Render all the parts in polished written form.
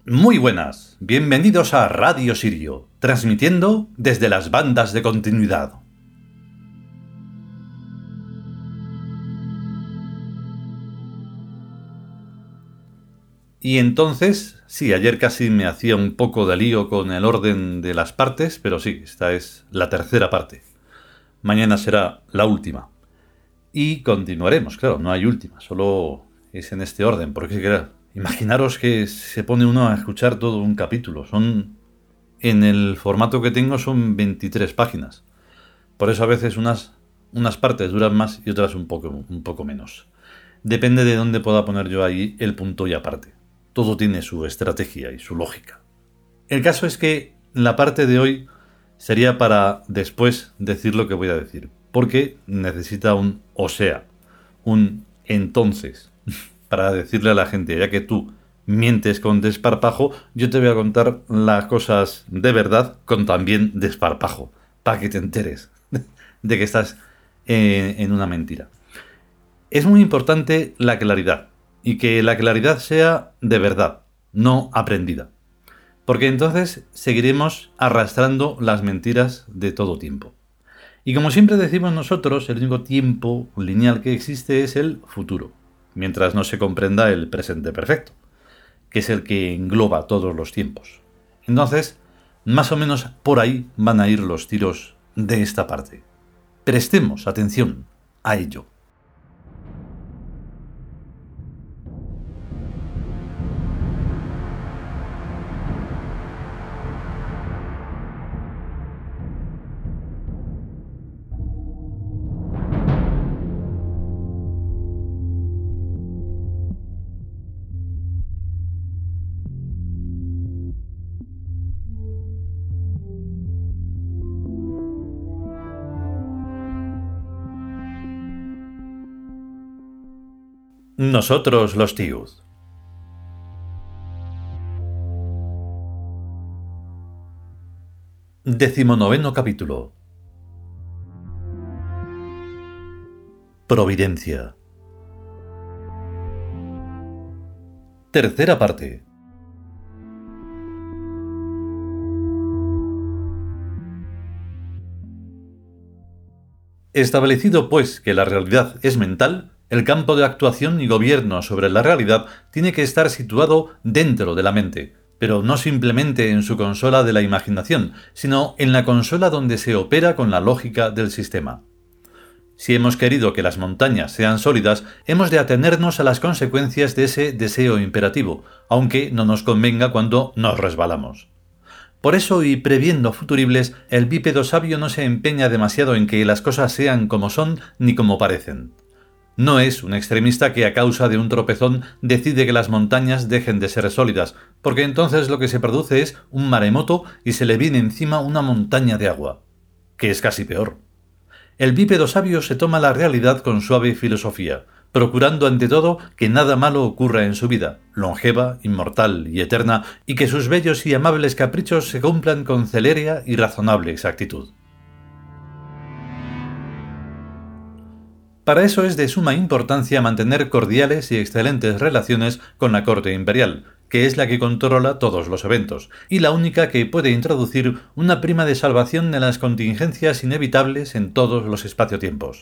Muy buenas, bienvenidos a Radio Sirio, transmitiendo desde las bandas de continuidad. Y entonces, sí, ayer casi me hacía un poco de lío con el orden de las partes, pero sí, esta es la tercera parte. Mañana será la última. Y continuaremos, claro, no hay última, solo es en este orden, porque claro, imaginaros que se pone uno a escuchar todo un capítulo. En el formato que tengo son 23 páginas. Por eso a veces unas partes duran más y otras un poco menos. Depende de dónde pueda poner yo ahí el punto y aparte. Todo tiene su estrategia y su lógica. El caso es que la parte de hoy sería para después decir lo que voy a decir. Porque necesita un o sea, un entonces, para decirle a la gente, ya que tú mientes con desparpajo, yo te voy a contar las cosas de verdad con también desparpajo, para que te enteres de que estás en una mentira. Es muy importante la claridad, y que la claridad sea de verdad, no aprendida. Porque entonces seguiremos arrastrando las mentiras de todo tiempo. Y como siempre decimos nosotros, el único tiempo lineal que existe es el futuro, mientras no se comprenda el presente perfecto, que es el que engloba todos los tiempos. Entonces, más o menos por ahí van a ir los tiros de esta parte. Prestemos atención a ello. Nosotros los Tiud. Decimonoveno capítulo. Providencia. Tercera parte. Establecido, pues, que la realidad es mental, el campo de actuación y gobierno sobre la realidad tiene que estar situado dentro de la mente, pero no simplemente en su consola de la imaginación, sino en la consola donde se opera con la lógica del sistema. Si hemos querido que las montañas sean sólidas, hemos de atenernos a las consecuencias de ese deseo imperativo, aunque no nos convenga cuando nos resbalamos. Por eso, y previendo futuribles, el bípedo sabio no se empeña demasiado en que las cosas sean como son ni como parecen. No es un extremista que a causa de un tropezón decide que las montañas dejen de ser sólidas, porque entonces lo que se produce es un maremoto y se le viene encima una montaña de agua, que es casi peor. El bípedo sabio se toma la realidad con suave filosofía, procurando ante todo que nada malo ocurra en su vida, longeva, inmortal y eterna, y que sus bellos y amables caprichos se cumplan con celérea y razonable exactitud. Para eso es de suma importancia mantener cordiales y excelentes relaciones con la corte imperial, que es la que controla todos los eventos, y la única que puede introducir una prima de salvación de las contingencias inevitables en todos los espacio-tiempos.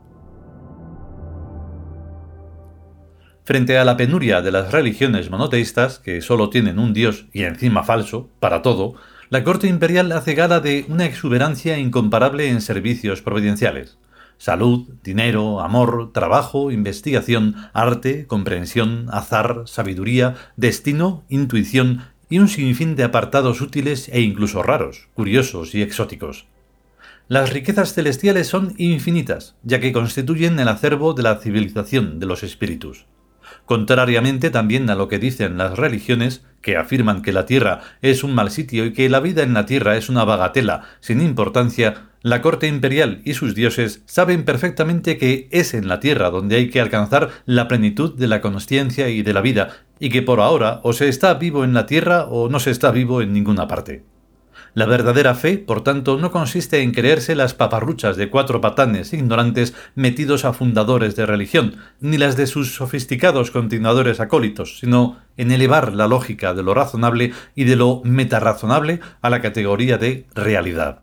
Frente a la penuria de las religiones monoteístas, que solo tienen un dios y encima falso, para todo, la corte imperial hace gala de una exuberancia incomparable en servicios providenciales. Salud, dinero, amor, trabajo, investigación, arte, comprensión, azar, sabiduría, destino, intuición y un sinfín de apartados útiles e incluso raros, curiosos y exóticos. Las riquezas celestiales son infinitas, ya que constituyen el acervo de la civilización de los espíritus. Contrariamente también a lo que dicen las religiones, que afirman que la Tierra es un mal sitio y que la vida en la Tierra es una bagatela sin importancia, la corte imperial y sus dioses saben perfectamente que es en la Tierra donde hay que alcanzar la plenitud de la consciencia y de la vida, y que por ahora o se está vivo en la Tierra o no se está vivo en ninguna parte. La verdadera fe, por tanto, no consiste en creerse las paparruchas de 4 patanes ignorantes metidos a fundadores de religión, ni las de sus sofisticados continuadores acólitos, sino en elevar la lógica de lo razonable y de lo metarrazonable a la categoría de realidad.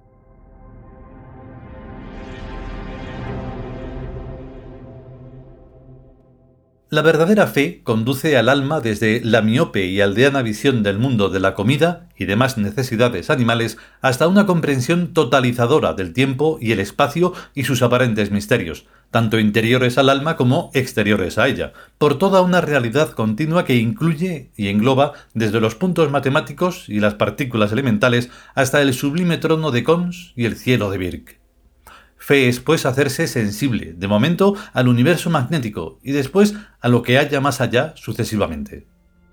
La verdadera fe conduce al alma desde la miope y aldeana visión del mundo de la comida y demás necesidades animales hasta una comprensión totalizadora del tiempo y el espacio y sus aparentes misterios, tanto interiores al alma como exteriores a ella, por toda una realidad continua que incluye y engloba desde los puntos matemáticos y las partículas elementales hasta el sublime trono de Cons y el cielo de Birk. Fe es, pues, hacerse sensible, de momento, al universo magnético y después a lo que haya más allá sucesivamente.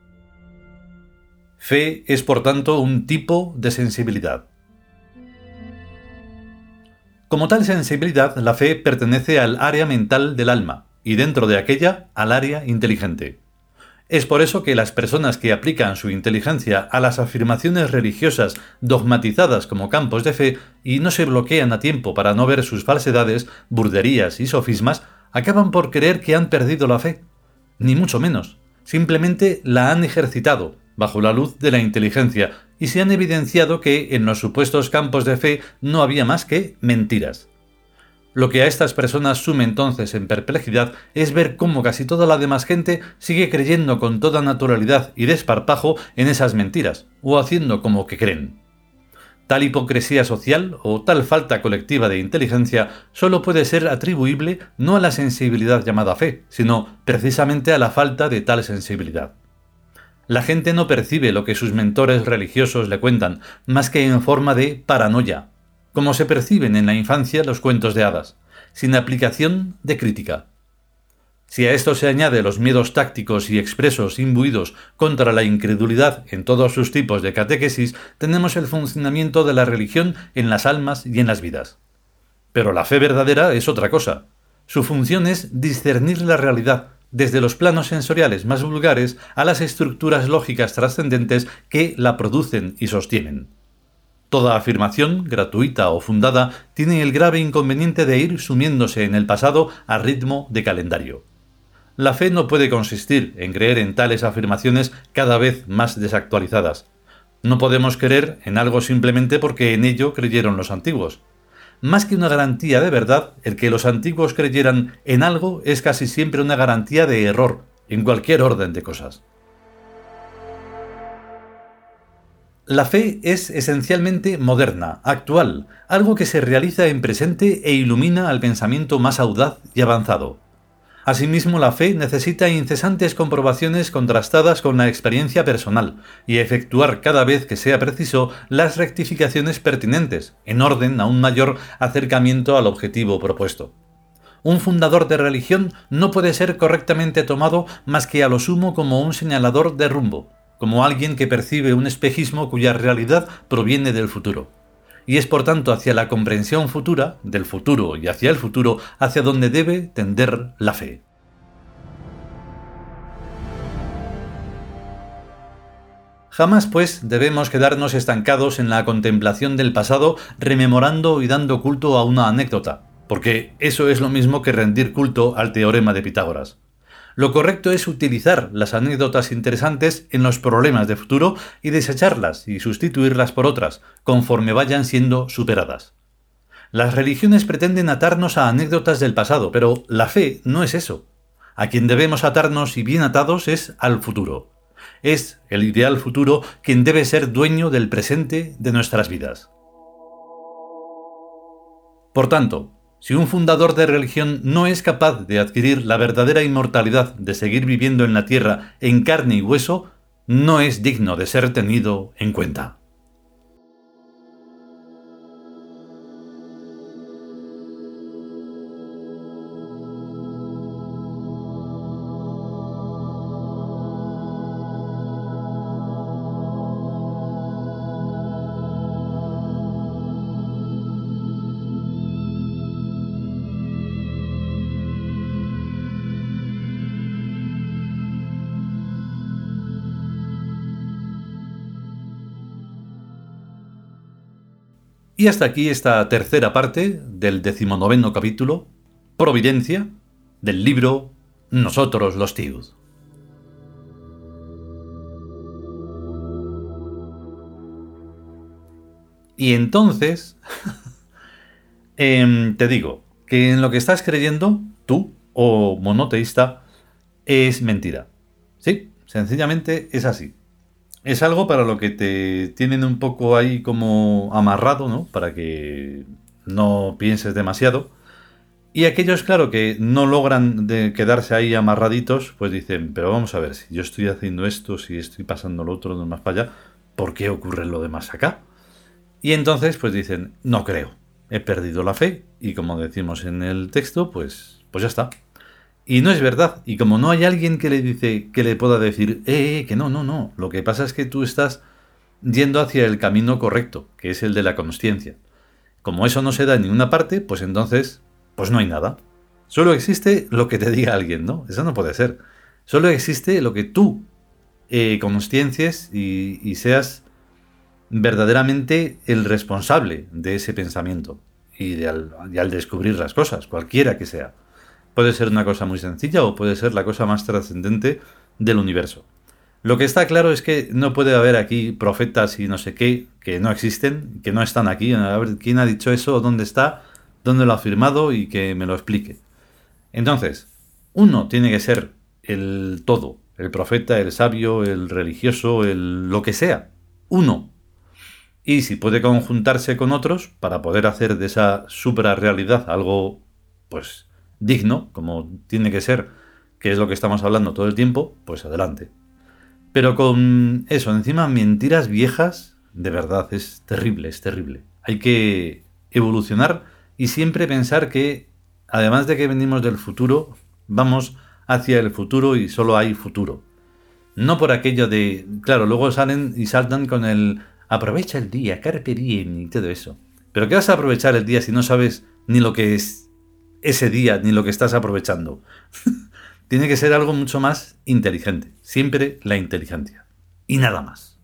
Fe es, por tanto, un tipo de sensibilidad. Como tal sensibilidad, la fe pertenece al área mental del alma y dentro de aquella al área inteligente. Es por eso que las personas que aplican su inteligencia a las afirmaciones religiosas dogmatizadas como campos de fe y no se bloquean a tiempo para no ver sus falsedades, burderías y sofismas, acaban por creer que han perdido la fe. Ni mucho menos. Simplemente la han ejercitado, bajo la luz de la inteligencia, y se han evidenciado que en los supuestos campos de fe no había más que mentiras. Lo que a estas personas sume entonces en perplejidad es ver cómo casi toda la demás gente sigue creyendo con toda naturalidad y desparpajo en esas mentiras, o haciendo como que creen. Tal hipocresía social o tal falta colectiva de inteligencia solo puede ser atribuible no a la sensibilidad llamada fe, sino precisamente a la falta de tal sensibilidad. La gente no percibe lo que sus mentores religiosos le cuentan, más que en forma de paranoia, como se perciben en la infancia los cuentos de hadas, sin aplicación de crítica. Si a esto se añade los miedos tácticos y expresos imbuidos contra la incredulidad en todos sus tipos de catequesis, tenemos el funcionamiento de la religión en las almas y en las vidas. Pero la fe verdadera es otra cosa. Su función es discernir la realidad, desde los planos sensoriales más vulgares a las estructuras lógicas trascendentes que la producen y sostienen. Toda afirmación, gratuita o fundada, tiene el grave inconveniente de ir sumiéndose en el pasado a ritmo de calendario. La fe no puede consistir en creer en tales afirmaciones cada vez más desactualizadas. No podemos creer en algo simplemente porque en ello creyeron los antiguos. Más que una garantía de verdad, el que los antiguos creyeran en algo es casi siempre una garantía de error, en cualquier orden de cosas. La fe es esencialmente moderna, actual, algo que se realiza en presente e ilumina al pensamiento más audaz y avanzado. Asimismo, la fe necesita incesantes comprobaciones contrastadas con la experiencia personal y efectuar cada vez que sea preciso las rectificaciones pertinentes, en orden a un mayor acercamiento al objetivo propuesto. Un fundador de religión no puede ser correctamente tomado más que a lo sumo como un señalador de rumbo, como alguien que percibe un espejismo cuya realidad proviene del futuro. Y es por tanto hacia la comprensión futura, del futuro y hacia el futuro, hacia donde debe tender la fe. Jamás, pues, debemos quedarnos estancados en la contemplación del pasado, rememorando y dando culto a una anécdota, porque eso es lo mismo que rendir culto al teorema de Pitágoras. Lo correcto es utilizar las anécdotas interesantes en los problemas de futuro y desecharlas y sustituirlas por otras, conforme vayan siendo superadas. Las religiones pretenden atarnos a anécdotas del pasado, pero la fe no es eso. A quien debemos atarnos y bien atados es al futuro. Es el ideal futuro quien debe ser dueño del presente de nuestras vidas. Por tanto, si un fundador de religión no es capaz de adquirir la verdadera inmortalidad de seguir viviendo en la tierra en carne y hueso, no es digno de ser tenido en cuenta. Y hasta aquí esta tercera parte del 19º capítulo, Providencia, del libro Nosotros los Tiud. Y entonces, te digo que en lo que estás creyendo, tú o monoteísta, es mentira. Sí, sencillamente es así. Es algo para lo que te tienen un poco ahí como amarrado, ¿no? Para que no pienses demasiado. Y aquellos, claro, que no logran quedarse ahí amarraditos, pues dicen, pero vamos a ver, si yo estoy haciendo esto, si estoy pasando lo otro, no más para allá, ¿por qué ocurre lo demás acá? Y entonces, pues dicen, no creo, he perdido la fe, y como decimos en el texto, pues ya está. Y no es verdad, y como no hay alguien que le dice, que le pueda decir, que no, no, no, lo que pasa es que tú estás yendo hacia el camino correcto, que es el de la consciencia. Como eso no se da en ninguna parte, pues entonces, pues no hay nada. Solo existe lo que te diga alguien, ¿no? Eso no puede ser. Solo existe lo que tú consciencies y seas verdaderamente el responsable de ese pensamiento y al descubrir las cosas, cualquiera que sea. Puede ser una cosa muy sencilla o puede ser la cosa más trascendente del universo. Lo que está claro es que no puede haber aquí profetas y no sé qué, que no existen, que no están aquí. A ver, ¿quién ha dicho eso? ¿Dónde está? ¿Dónde lo ha firmado? Y que me lo explique. Entonces, uno tiene que ser el todo, el profeta, el sabio, el religioso, el lo que sea. Uno. Y si puede conjuntarse con otros para poder hacer de esa suprarrealidad algo, pues, digno, como tiene que ser, que es lo que estamos hablando todo el tiempo, pues adelante. Pero con eso, encima mentiras viejas, de verdad, es terrible, es terrible. Hay que evolucionar y siempre pensar que, además de que venimos del futuro, vamos hacia el futuro y solo hay futuro. No por aquello de... Claro, luego salen y saltan con el... Aprovecha el día, carpe diem y todo eso. ¿Pero qué vas a aprovechar el día si no sabes ni lo que es ese día, ni lo que estás aprovechando? Tiene que ser algo mucho más inteligente. Siempre la inteligencia. Y nada más.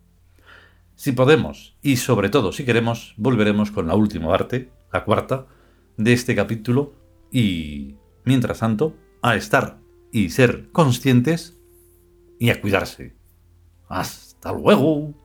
Si podemos, y sobre todo si queremos, volveremos con la última parte, la cuarta, de este capítulo. Y, mientras tanto, a estar y ser conscientes y a cuidarse. ¡Hasta luego!